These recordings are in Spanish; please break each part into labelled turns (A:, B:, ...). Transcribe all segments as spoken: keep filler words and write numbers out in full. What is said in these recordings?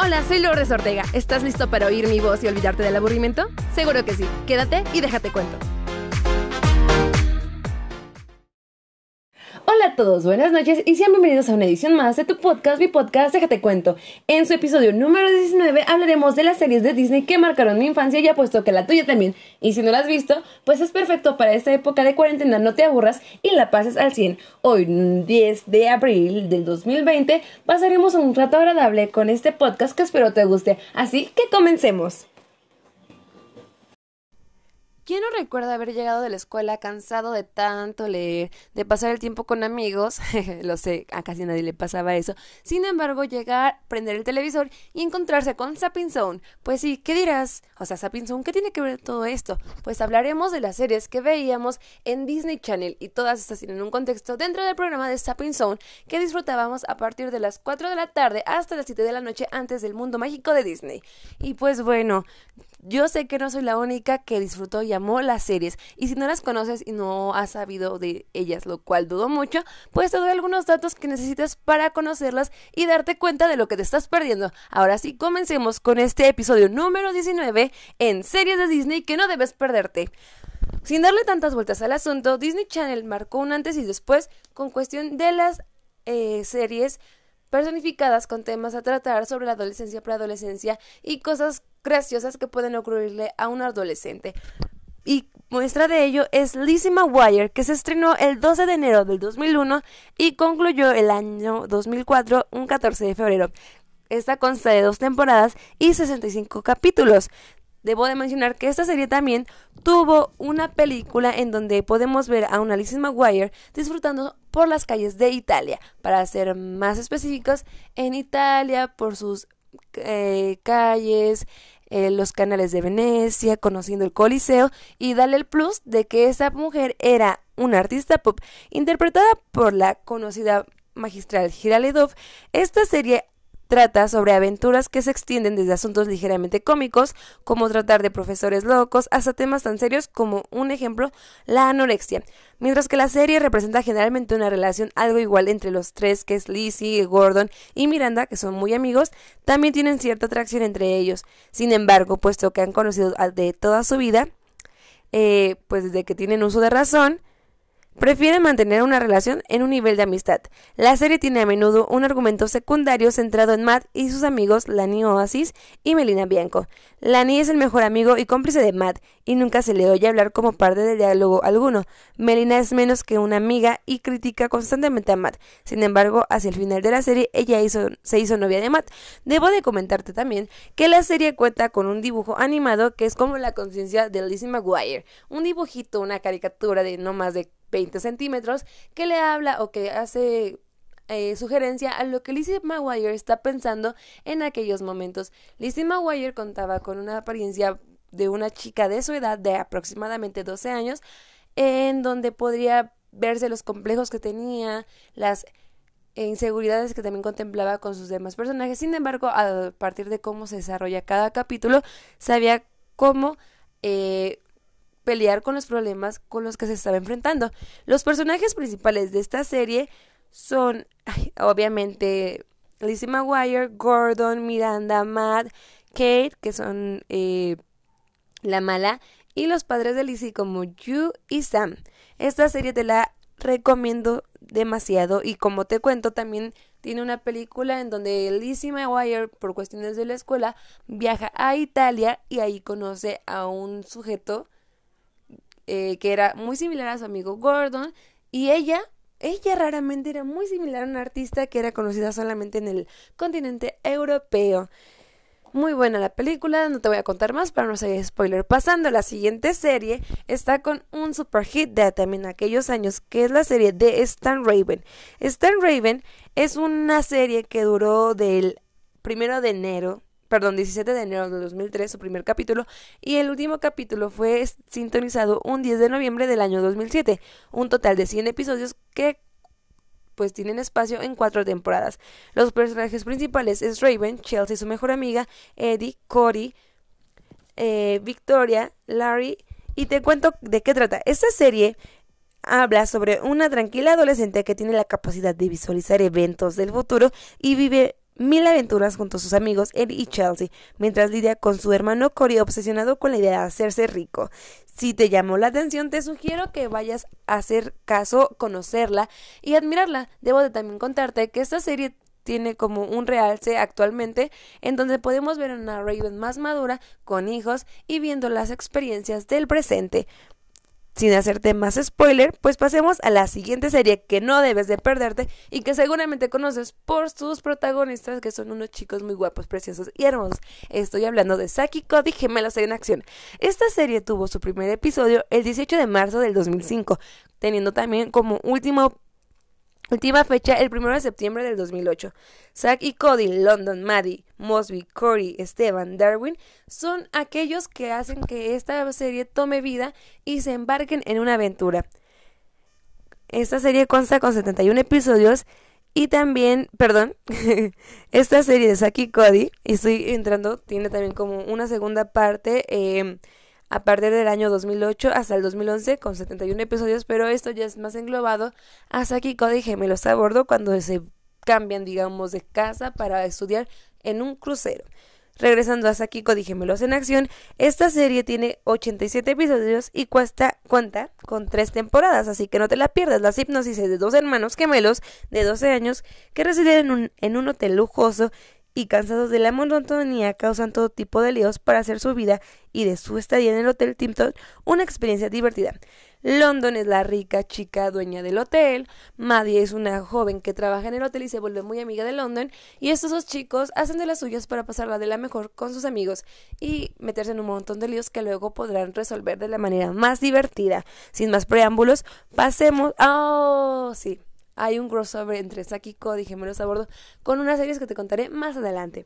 A: Hola, soy Lourdes Ortega. ¿Estás listo para oír mi voz y olvidarte del aburrimiento? Seguro que sí. Quédate y déjate cuento. Hola a todos, buenas noches y sean bienvenidos a una edición más de tu podcast, mi podcast, Déjate Cuento. En su episodio número diecinueve hablaremos de las series de Disney que marcaron mi infancia y apuesto que la tuya también. Y si no la has visto, pues es perfecto para esta época de cuarentena, no te aburras y la pases al cien. Hoy, diez de abril del dos mil veinte, pasaremos un rato agradable con este podcast que espero te guste. Así que comencemos. ¿Quién no recuerda haber llegado de la escuela cansado de tanto leer, de pasar el tiempo con amigos? Lo sé, a casi nadie le pasaba eso. Sin embargo, llegar, prender el televisor y encontrarse con Zapping Zone. Pues sí, ¿qué dirás? O sea, Zapping Zone, ¿qué tiene que ver todo esto? Pues hablaremos de las series que veíamos en Disney Channel y todas estas tienen un contexto dentro del programa de Zapping Zone que disfrutábamos a partir de las cuatro de la tarde hasta las siete de la noche antes del mundo mágico de Disney. Y pues bueno, yo sé que no soy la única que disfrutó y amó las series, y si no las conoces y no has sabido de ellas, lo cual dudo mucho, pues te doy algunos datos que necesitas para conocerlas y darte cuenta de lo que te estás perdiendo. Ahora sí, comencemos con este episodio número diecinueve en series de Disney que no debes perderte. Sin darle tantas vueltas al asunto, Disney Channel marcó un antes y después con cuestión de las eh, series personificadas con temas a tratar sobre la adolescencia, preadolescencia y cosas graciosas que pueden ocurrirle a un adolescente. Y muestra de ello es Lizzie McGuire, que se estrenó el doce de enero del dos mil uno y concluyó el año dos mil cuatro, un catorce de febrero. Esta consta de dos temporadas y sesenta y cinco capítulos. Debo de mencionar que esta serie también tuvo una película en donde podemos ver a una Lizzie McGuire disfrutando por las calles de Italia. Para ser más específicos, en Italia, por sus eh, calles, eh, los canales de Venecia, conociendo el Coliseo, y darle el plus de que esa mujer era una artista pop interpretada por la conocida magistral Hilary Duff. Esta serie trata sobre aventuras que se extienden desde asuntos ligeramente cómicos, como tratar de profesores locos, hasta temas tan serios como, un ejemplo, la anorexia. Mientras que la serie representa generalmente una relación algo igual entre los tres, que es Lizzie, Gordon y Miranda, que son muy amigos, también tienen cierta atracción entre ellos. Sin embargo, puesto que han conocido de toda su vida, eh, pues desde que tienen uso de razón, prefieren mantener una relación en un nivel de amistad. La serie tiene a menudo un argumento secundario centrado en Matt y sus amigos Lani Oasis y Melina Bianco. Lani es el mejor amigo y cómplice de Matt y nunca se le oye hablar como parte de diálogo alguno. Melina es menos que una amiga y critica constantemente a Matt. Sin embargo, hacia el final de la serie ella hizo, se hizo novia de Matt. Debo de comentarte también que la serie cuenta con un dibujo animado que es como la conciencia de Lizzie McGuire. Un dibujito, una caricatura de no más de veinte centímetros que le habla o que hace eh, sugerencia a lo que Lizzie McGuire está pensando en aquellos momentos. Lizzie McGuire contaba con una apariencia de una chica de su edad de aproximadamente doce años, en donde podría verse los complejos que tenía, las inseguridades que también contemplaba con sus demás personajes. Sin embargo, a partir de cómo se desarrolla cada capítulo, sabía cómo eh, pelear con los problemas con los que se estaba enfrentando. Los personajes principales de esta serie son, ay, obviamente, Lizzie McGuire, Gordon, Miranda, Matt, Kate, que son eh, la mala, y los padres de Lizzie como Yu y Sam. Esta serie te la recomiendo demasiado y, como te cuento, también tiene una película en donde Lizzie McGuire, por cuestiones de la escuela, viaja a Italia y ahí conoce a un sujeto Eh, que era muy similar a su amigo Gordon, y ella, ella raramente era muy similar a una artista que era conocida solamente en el continente europeo. Muy buena la película, no te voy a contar más para no ser spoiler. Pasando a la siguiente serie, está con un super hit de también aquellos años, que es la serie de Stan Raven. Stan Raven es una serie que duró del primero de enero Perdón, diecisiete de enero de dos mil tres, su primer capítulo, y el último capítulo fue sintonizado un diez de noviembre del año dos mil siete, un total de cien episodios que pues tienen espacio en cuatro temporadas. Los personajes principales es Raven, Chelsea, su mejor amiga, Eddie, Cody, eh, Victoria, Larry, y te cuento de qué trata. Esta serie habla sobre una tranquila adolescente que tiene la capacidad de visualizar eventos del futuro y vive mil aventuras junto a sus amigos Eddie y Chelsea, mientras lidia con su hermano Cory obsesionado con la idea de hacerse rico. Si te llamó la atención, te sugiero que vayas a hacer caso, conocerla y admirarla. Debo de también contarte que esta serie tiene como un realce actualmente en donde podemos ver a una Raven más madura, con hijos y viendo las experiencias del presente. Sin hacerte más spoiler, pues pasemos a la siguiente serie que no debes de perderte y que seguramente conoces por sus protagonistas, que son unos chicos muy guapos, preciosos y hermosos. Estoy hablando de Zack y Cody, gemelos en acción. Esta serie tuvo su primer episodio el dieciocho de marzo del dos mil cinco, teniendo también como último Última fecha, el primero de septiembre del dos mil ocho. Zack y Cody, London, Maddie, Mosby, Cory, Esteban, Darwin son aquellos que hacen que esta serie tome vida y se embarquen en una aventura. Esta serie consta con setenta y uno episodios y también, perdón, esta serie de Zack y Cody, y estoy entrando, tiene también como una segunda parte eh, a partir del año dos mil ocho hasta el dos mil once con setenta y uno episodios, pero esto ya es más englobado a Zack y Cody gemelos a bordo cuando se cambian, digamos, de casa para estudiar en un crucero. Regresando a Zack y Cody gemelos en acción, esta serie tiene ochenta y siete episodios y cuesta, cuenta con tres temporadas, así que no te la pierdas. La hipnosis es de dos hermanos gemelos de doce años que residen en un, en un hotel lujoso y cansados de la monotonía causan todo tipo de líos para hacer su vida y de su estadía en el Hotel Tipton una experiencia divertida. London es la rica chica dueña del hotel, Maddie es una joven que trabaja en el hotel y se vuelve muy amiga de London, y estos dos chicos hacen de las suyas para pasarla de la mejor con sus amigos y meterse en un montón de líos que luego podrán resolver de la manera más divertida. Sin más preámbulos, pasemos... ¡Oh, sí! Hay un crossover entre Zack y Cody gemelos a bordo con unas series que te contaré más adelante.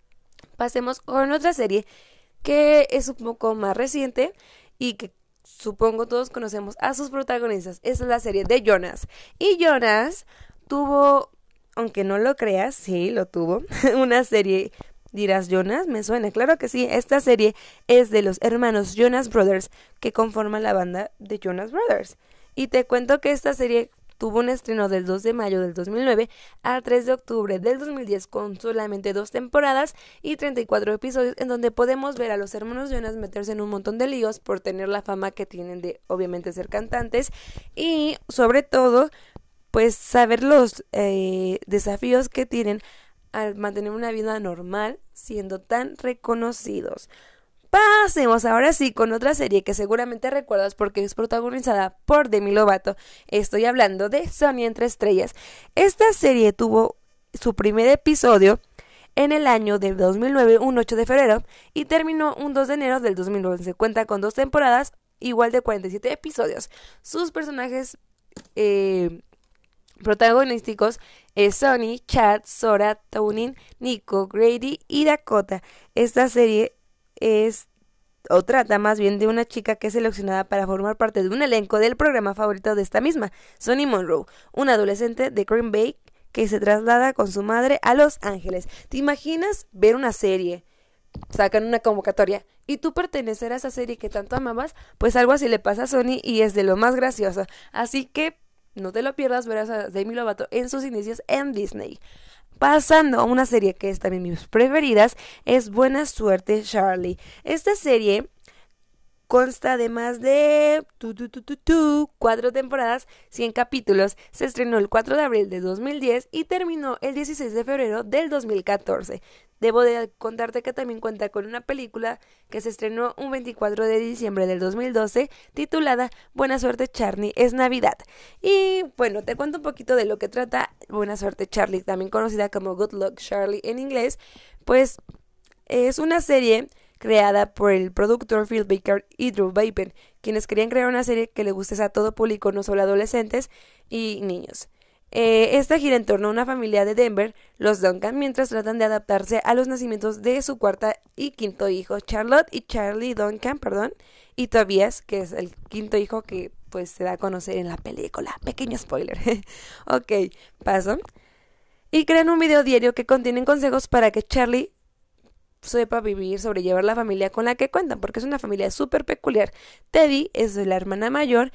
A: Pasemos con otra serie que es un poco más reciente y que supongo todos conocemos a sus protagonistas. Esta es la serie de Jonas. Y Jonas tuvo, aunque no lo creas, sí, lo tuvo, una serie. Dirás, ¿Jonas? Me suena. Claro que sí, esta serie es de los hermanos Jonas Brothers que conforman la banda de Jonas Brothers. Y te cuento que esta serie tuvo un estreno del dos de mayo del dos mil nueve al tres de octubre del dos mil diez con solamente dos temporadas y treinta y cuatro episodios, en donde podemos ver a los hermanos Jonas meterse en un montón de líos por tener la fama que tienen de obviamente ser cantantes y sobre todo pues saber los eh, desafíos que tienen al mantener una vida normal siendo tan reconocidos. Pasemos ahora sí con otra serie que seguramente recuerdas porque es protagonizada por Demi Lovato. Estoy hablando de Sonia entre estrellas. Esta serie tuvo su primer episodio en el año del dos mil nueve, un ocho de febrero, y terminó un dos de enero del dos mil once. Cuenta con dos temporadas, igual de cuarenta y siete episodios. Sus personajes eh, protagonísticos es Sonny, Chad, Sora, Taunin, Nico, Grady y Dakota. Esta serie es o trata más bien de una chica que es seleccionada para formar parte de un elenco del programa favorito de esta misma, Sonny Monroe, una adolescente de Green Bay que se traslada con su madre a Los Ángeles. ¿Te imaginas ver una serie? Sacan una convocatoria y tú pertenecer a esa serie que tanto amabas, pues algo así le pasa a Sonny y es de lo más gracioso. Así que no te lo pierdas, verás a Demi Lovato en sus inicios en Disney. Pasando a una serie que es también mis preferidas, es Buena Suerte Charlie. Esta serie consta de más de tu, tu, tu, tu, tu, cuatro temporadas, cien capítulos. Se estrenó el cuatro de abril de dos mil diez y terminó el dieciséis de febrero del dos mil catorce. Debo de contarte que también cuenta con una película que se estrenó un veinticuatro de diciembre del dos mil doce titulada Buena Suerte Charlie, es Navidad. Y bueno, te cuento un poquito de lo que trata Buena Suerte Charlie, también conocida como Good Luck Charlie en inglés. Pues es una serie creada por el productor Phil Baker y Drew Baker, quienes querían crear una serie que le gustes a todo público, no solo a adolescentes y niños. Eh, esta gira en torno a una familia de Denver, los Duncan, mientras tratan de adaptarse a los nacimientos de su cuarta y quinto hijo, Charlotte y Charlie Duncan, perdón, y Tobias, que es el quinto hijo que pues se da a conocer en la película. Pequeño spoiler. Ok, paso. Y crean un video diario que contiene consejos para que Charlie sepa vivir, sobrellevar la familia con la que cuentan, porque es una familia súper peculiar. Teddy es la hermana mayor,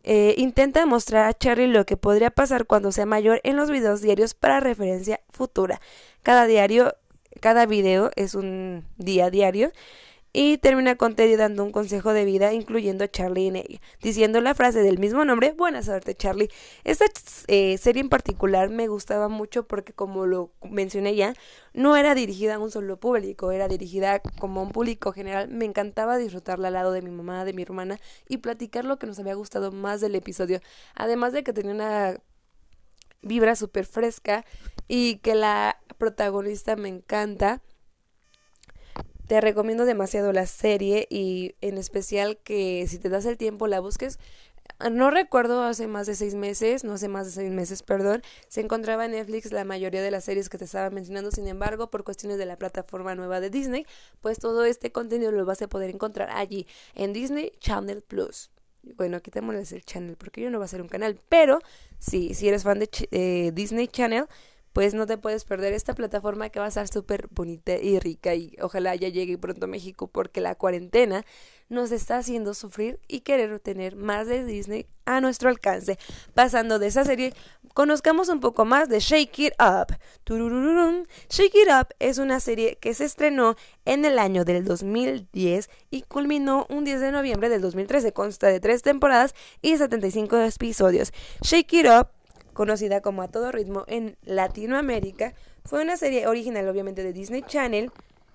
A: Eh, intenta mostrar a Charlie lo que podría pasar cuando sea mayor en los videos diarios para referencia futura. Cada diario, cada video es un día diario y termina con Teddy dando un consejo de vida, incluyendo a Charlie en ella, diciendo la frase del mismo nombre: buena suerte, Charlie. Esta eh, serie en particular me gustaba mucho porque, como lo mencioné ya, no era dirigida a un solo público, era dirigida como a un público general. Me encantaba disfrutarla al lado de mi mamá, de mi hermana, y platicar lo que nos había gustado más del episodio, además de que tenía una vibra súper fresca y que la protagonista me encanta. Te recomiendo demasiado la serie y en especial que si te das el tiempo la busques. No recuerdo hace más de seis meses, no hace más de seis meses, perdón, se encontraba en Netflix la mayoría de las series que te estaba mencionando. Sin embargo, por cuestiones de la plataforma nueva de Disney, pues todo este contenido lo vas a poder encontrar allí en Disney Channel Plus. Bueno, quitémosles el channel porque yo no va a ser un canal, pero sí, si eres fan de ch- eh, Disney Channel, pues no te puedes perder esta plataforma que va a estar súper bonita y rica, y ojalá ya llegue pronto a México porque la cuarentena nos está haciendo sufrir y querer tener más de Disney a nuestro alcance. Pasando de esa serie, conozcamos un poco más de Shake It Up. Turururum. Shake It Up es una serie que se estrenó en el año del dos mil diez y culminó un diez de noviembre del dos mil trece. Consta de tres temporadas y setenta y cinco episodios. Shake It Up, conocida como A Todo Ritmo en Latinoamérica, fue una serie original obviamente de Disney Channel,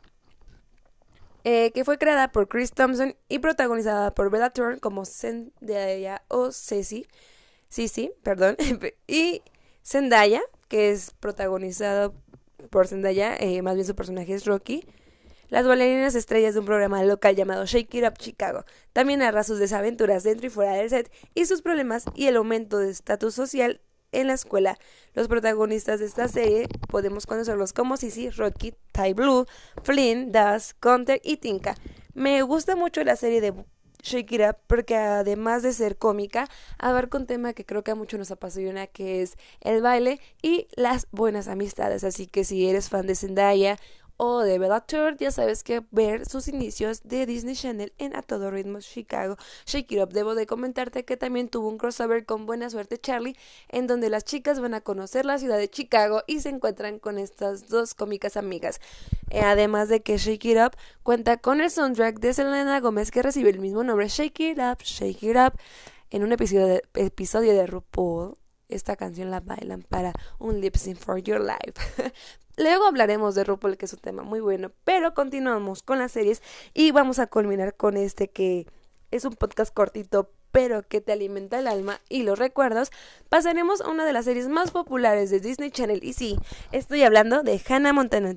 A: eh, que fue creada por Chris Thompson y protagonizada por Bella Thorne como Zendaya o Ceci, sí, sí, perdón, y Zendaya, que es protagonizada por Zendaya, eh, más bien su personaje es Rocky, las bailarinas estrellas de un programa local llamado Shake It Up Chicago. También narra sus desaventuras dentro y fuera del set y sus problemas y el aumento de estatus social en la escuela. Los protagonistas de esta serie podemos conocerlos como Sissy, Rocky, Ty Blue, Flynn, Daz, Gunter y Tinka. Me gusta mucho la serie de Shake It Up porque, además de ser cómica, abarca un tema que creo que a muchos nos apasiona, que es el baile y las buenas amistades. Así que si eres fan de Zendaya o de Bella Thorne, ya sabes que ver sus inicios de Disney Channel en A Todo Ritmo Chicago. Shake It Up, debo de comentarte que también tuvo un crossover con Buena Suerte Charlie, en donde las chicas van a conocer la ciudad de Chicago y se encuentran con estas dos cómicas amigas. Eh, además de que Shake It Up cuenta con el soundtrack de Selena Gómez, que recibe el mismo nombre, Shake It Up, Shake It Up. En un episodio de, episodio de RuPaul, esta canción la bailan para un lip sync for your life. Luego hablaremos de RuPaul, que es un tema muy bueno, pero continuamos con las series y vamos a culminar con este, que es un podcast cortito, pero que te alimenta el alma y los recuerdos. Pasaremos a una de las series más populares de Disney Channel, y sí, estoy hablando de Hannah Montana.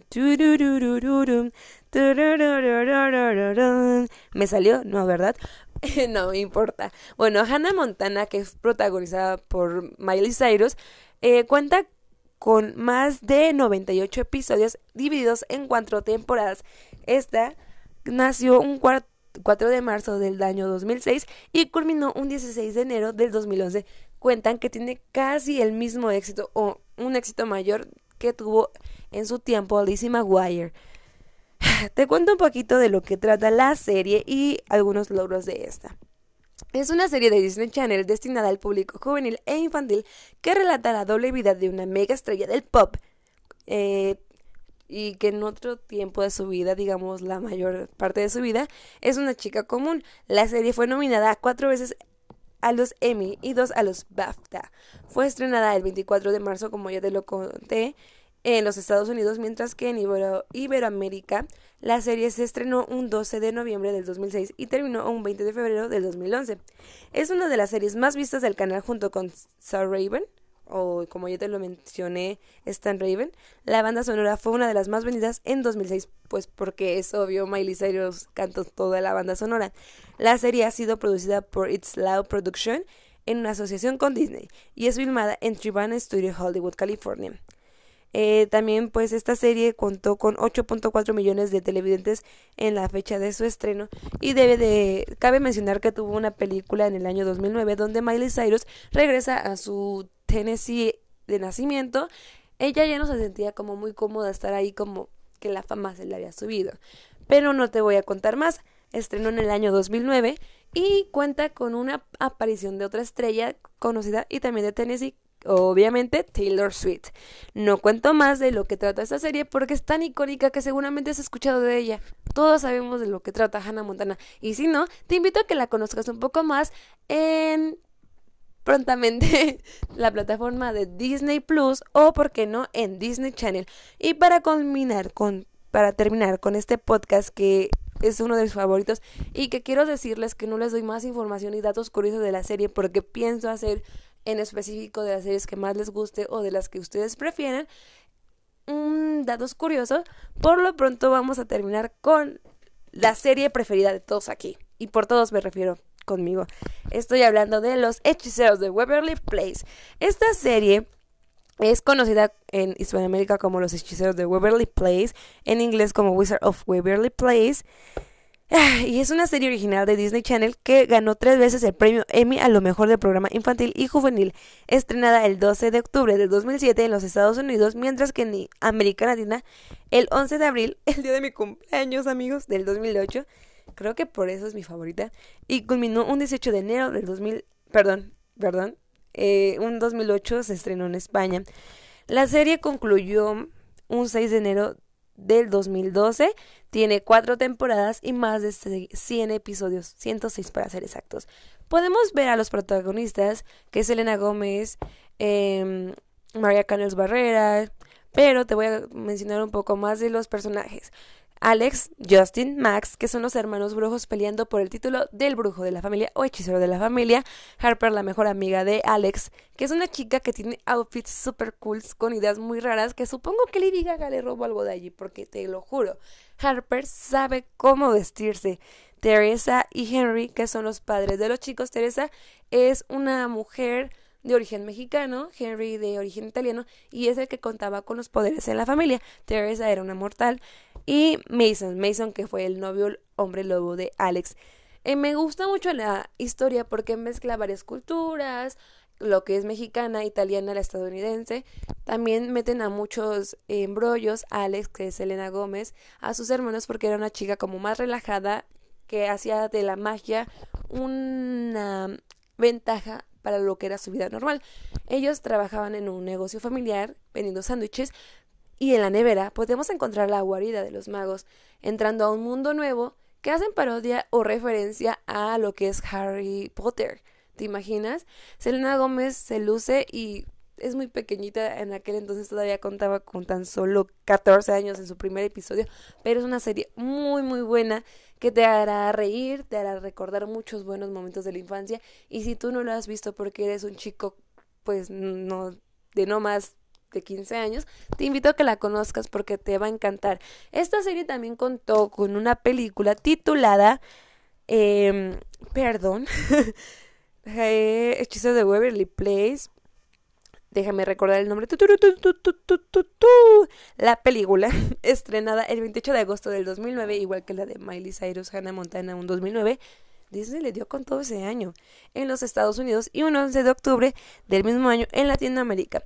A: ¿Me salió? No, ¿verdad? No me importa. Bueno, Hannah Montana, que es protagonizada por Miley Cyrus, eh, cuenta con más de noventa y ocho episodios divididos en cuatro temporadas. Esta nació un cuatro de marzo del año dos mil seis y culminó un dieciséis de enero del dos mil once. Cuentan que tiene casi el mismo éxito o un éxito mayor que tuvo en su tiempo Lizzie McGuire. Te cuento un poquito de lo que trata la serie y algunos logros de esta. Es una serie de Disney Channel destinada al público juvenil e infantil que relata la doble vida de una mega estrella del pop, eh, y que en otro tiempo de su vida, digamos la mayor parte de su vida, es una chica común. La serie fue nominada cuatro veces a los Emmy y dos a los BAFTA. Fue estrenada el veinticuatro de marzo, como ya te lo conté, en los Estados Unidos, mientras que en Ibero, Iberoamérica la serie se estrenó un doce de noviembre del dos mil seis y terminó un veinte de febrero del dos mil once. Es una de las series más vistas del canal junto con So Raven, o como ya te lo mencioné, Stan Raven. La banda sonora fue una de las más vendidas en dos mil seis, pues porque es obvio, Miley Cyrus cantó toda la banda sonora. La serie ha sido producida por It's Loud Production en una asociación con Disney y es filmada en Tribune Studio, Hollywood, California. Eh, también pues esta serie contó con ocho punto cuatro millones de televidentes en la fecha de su estreno, y debe de cabe mencionar que tuvo una película en el año dos mil nueve donde Miley Cyrus regresa a su Tennessee de nacimiento. Ella ya no se sentía como muy cómoda estar ahí, como que la fama se le había subido, pero no te voy a contar más. Estrenó en el año dos mil nueve y cuenta con una aparición de otra estrella conocida y también de Tennessee, obviamente Taylor Swift. No cuento más de lo que trata esta serie porque es tan icónica que seguramente has escuchado de ella. Todos sabemos de lo que trata Hannah Montana, y si no, te invito a que la conozcas un poco más en prontamente la plataforma de Disney Plus, o por qué no en Disney Channel. Y para culminar con para terminar con este podcast, que es uno de mis favoritos y que quiero decirles que no les doy más información y datos curiosos de la serie porque pienso hacer en específico de las series que más les guste o de las que ustedes prefieran un datos curiosos. Por lo pronto vamos a terminar con la serie preferida de todos aquí, y por todos me refiero conmigo. Estoy hablando de Los Hechiceros de Waverly Place. Esta serie es conocida en Hispanoamérica como Los Hechiceros de Waverly Place, en inglés como Wizard of Waverly Place. Y es una serie original de Disney Channel que ganó tres veces el premio Emmy a lo mejor del programa infantil y juvenil, estrenada el doce de octubre del dos mil siete en los Estados Unidos, mientras que en América Latina el once de abril, el día de mi cumpleaños, amigos, del dos mil ocho. Creo que por eso es mi favorita. Y culminó un dieciocho de enero del dos mil, perdón, perdón, eh, un dos mil ocho se estrenó en España. La serie concluyó un seis de enero del dos mil doce. Tiene cuatro temporadas y más de cien episodios, ciento seis para ser exactos. Podemos ver a los protagonistas, que es Selena Gómez, eh, María Canels Barrera, pero te voy a mencionar un poco más de los personajes. Alex, Justin, Max, que son los hermanos brujos peleando por el título del brujo de la familia o hechicero de la familia. Harper, la mejor amiga de Alex, que es una chica que tiene outfits super cool con ideas muy raras, que supongo que Lady Gaga le robó algo de allí, porque te lo juro, Harper sabe cómo vestirse. Teresa y Henry, que son los padres de los chicos. Teresa es una mujer de origen mexicano, Henry de origen italiano, y es el que contaba con los poderes en la familia. Teresa era una mortal. Y Mason, Mason que fue el novio hombre lobo de Alex. Eh, me gusta mucho la historia porque mezcla varias culturas, lo que es mexicana, italiana, la estadounidense. También meten a muchos embrollos, a Alex, que es Selena Gómez, a sus hermanos porque era una chica como más relajada, que hacía de la magia una ventaja para lo que era su vida normal. Ellos trabajaban en un negocio familiar vendiendo sándwiches, y en la nevera podemos encontrar la guarida de los magos, entrando a un mundo nuevo que hacen parodia o referencia a lo que es Harry Potter. ¿Te imaginas? Selena Gómez se luce y es muy pequeñita, en aquel entonces todavía contaba con tan solo catorce años en su primer episodio, pero es una serie muy muy buena que te hará reír, te hará recordar muchos buenos momentos de la infancia, y si tú no lo has visto porque eres un chico pues no de no más de quince años, te invito a que la conozcas porque te va a encantar. Esta serie también contó con una película titulada eh, perdón eh, Hechizo de Waverly Place. Déjame recordar el nombre. Tu, tu, tu, tu, tu, tu, tu, tu. La película, estrenada el veintiocho de agosto del dos mil nueve, igual que la de Miley Cyrus, Hannah Montana, un dos mil nueve. Disney le dio con todo ese año en los Estados Unidos y un once de octubre del mismo año en Latinoamérica.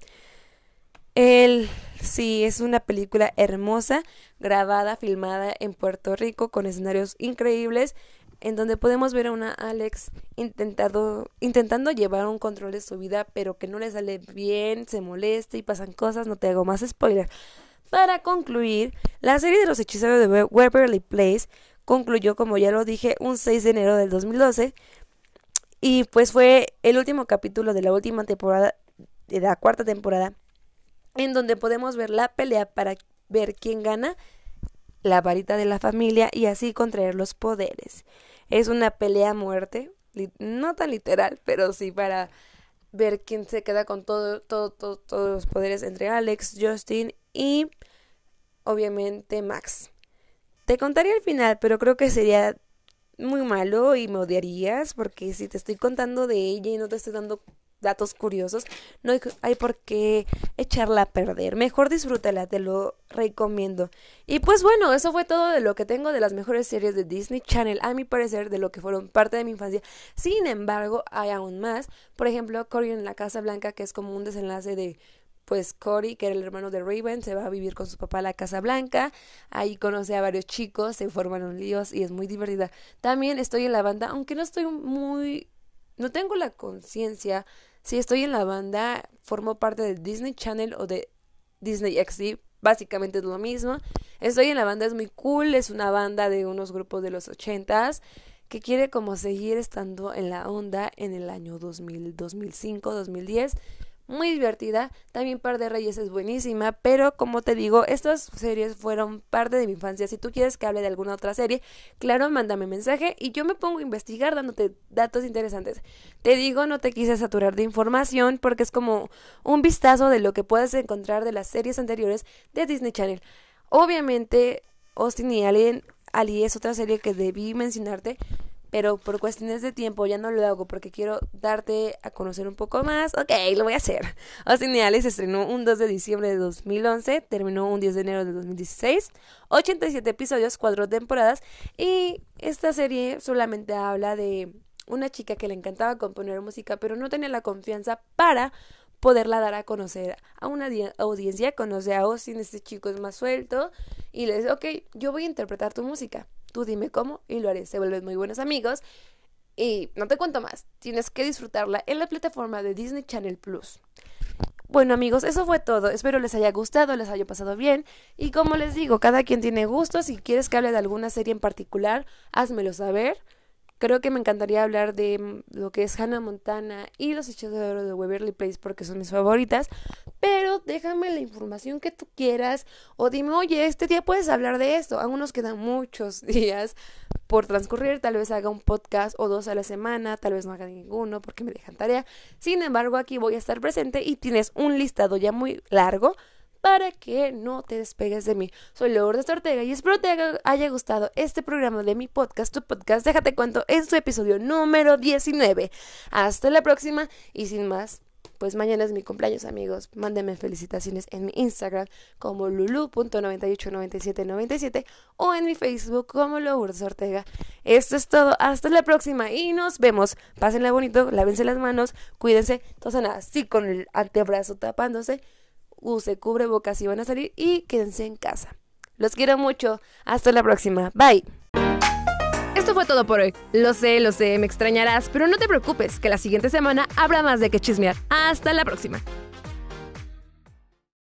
A: El, sí, es una película hermosa, grabada, filmada en Puerto Rico con escenarios increíbles, en donde podemos ver a una Alex intentado, intentando llevar un control de su vida, pero que no le sale bien, se molesta y pasan cosas. No te hago más spoiler. Para concluir, la serie de Los Hechiceros de Waverly Place concluyó, como ya lo dije, un seis de enero del dos mil doce, y pues fue el último capítulo de la última temporada, de la cuarta temporada, en donde podemos ver la pelea para ver quién gana la varita de la familia y así contraer los poderes. Es una pelea a muerte, no tan literal, pero sí para ver quién se queda con todo, todo, todo, todos los poderes entre Alex, Justin y obviamente Max. Te contaría el final, pero creo que sería muy malo y me odiarías, porque si te estoy contando de ella y no te estoy dando datos curiosos, no hay, hay por qué echarla a perder. Mejor disfrútala, te lo recomiendo. Y pues bueno, eso fue todo de lo que tengo de las mejores series de Disney Channel, a mi parecer, de lo que fueron parte de mi infancia. Sin embargo, hay aún más. Por ejemplo, Cory en la Casa Blanca, que es como un desenlace de pues Cory, que era el hermano de Raven, se va a vivir con su papá a la Casa Blanca. Ahí conoce a varios chicos, se forman un líos y es muy divertida. También estoy en la banda, aunque no estoy muy... no tengo la conciencia si estoy en la banda, formo parte de Disney Channel o de Disney X D. Básicamente es lo mismo. Estoy en la banda, es muy cool, es una banda de unos grupos de los ochentas que quiere como seguir estando en la onda en el año dos mil, dos mil cinco, dos mil diez. Muy divertida. También Par de Reyes es buenísima, pero como te digo, estas series fueron parte de mi infancia. Si tú quieres que hable de alguna otra serie, claro, mándame mensaje y yo me pongo a investigar dándote datos interesantes. Te digo, no te quise saturar de información porque es como un vistazo de lo que puedes encontrar de las series anteriores de Disney Channel. Obviamente, Austin y Alien, Ali es otra serie que debí mencionarte, pero por cuestiones de tiempo ya no lo hago porque quiero darte a conocer un poco más. Ok, lo voy a hacer. Austin y Ally se estrenó un dos de diciembre de dos mil once, terminó un diez de enero de dos mil dieciséis, ochenta y siete episodios, cuatro temporadas, y esta serie solamente habla de una chica que le encantaba componer música, pero no tenía la confianza para poderla dar a conocer a una audiencia. Conoce a Austin, este chico es más suelto, y le dice, ok, yo voy a interpretar tu música. Tú dime cómo y lo haré. Se vuelven muy buenos amigos. Y no te cuento más. Tienes que disfrutarla en la plataforma de Disney Channel Plus. Bueno, amigos, eso fue todo. Espero les haya gustado, les haya pasado bien. Y como les digo, cada quien tiene gustos. Si quieres que hable de alguna serie en particular, házmelo saber. Creo que me encantaría hablar de lo que es Hannah Montana y Los Hechizos de Oro de Waverly Place porque son mis favoritas. Pero déjame la información que tú quieras o dime, oye, este día puedes hablar de esto. Aún nos quedan muchos días por transcurrir. Tal vez haga un podcast o dos a la semana, tal vez no haga ninguno porque me dejan tarea. Sin embargo, aquí voy a estar presente y tienes un listado ya muy largo para que no te despegues de mí. Soy Lourdes Ortega y espero te haya gustado este programa de mi podcast, tu podcast, Déjate Cuento, en su episodio número diecinueve. Hasta la próxima y sin más, pues mañana es mi cumpleaños, amigos. Mándenme felicitaciones en mi Instagram como lulu punto noventa y ocho noventa y siete noventa y siete o en mi Facebook como Lourdes Ortega. Esto es todo, hasta la próxima y nos vemos. Pásenla bonito, lávense las manos, cuídense, tosen así con el antebrazo tapándose. Use cubrebocas si van a salir y quédense en casa. Los quiero mucho. Hasta la próxima. Bye. Esto fue todo por hoy. Lo sé, lo sé, me extrañarás, pero no te preocupes, que la siguiente semana habrá más de qué chismear. Hasta la próxima.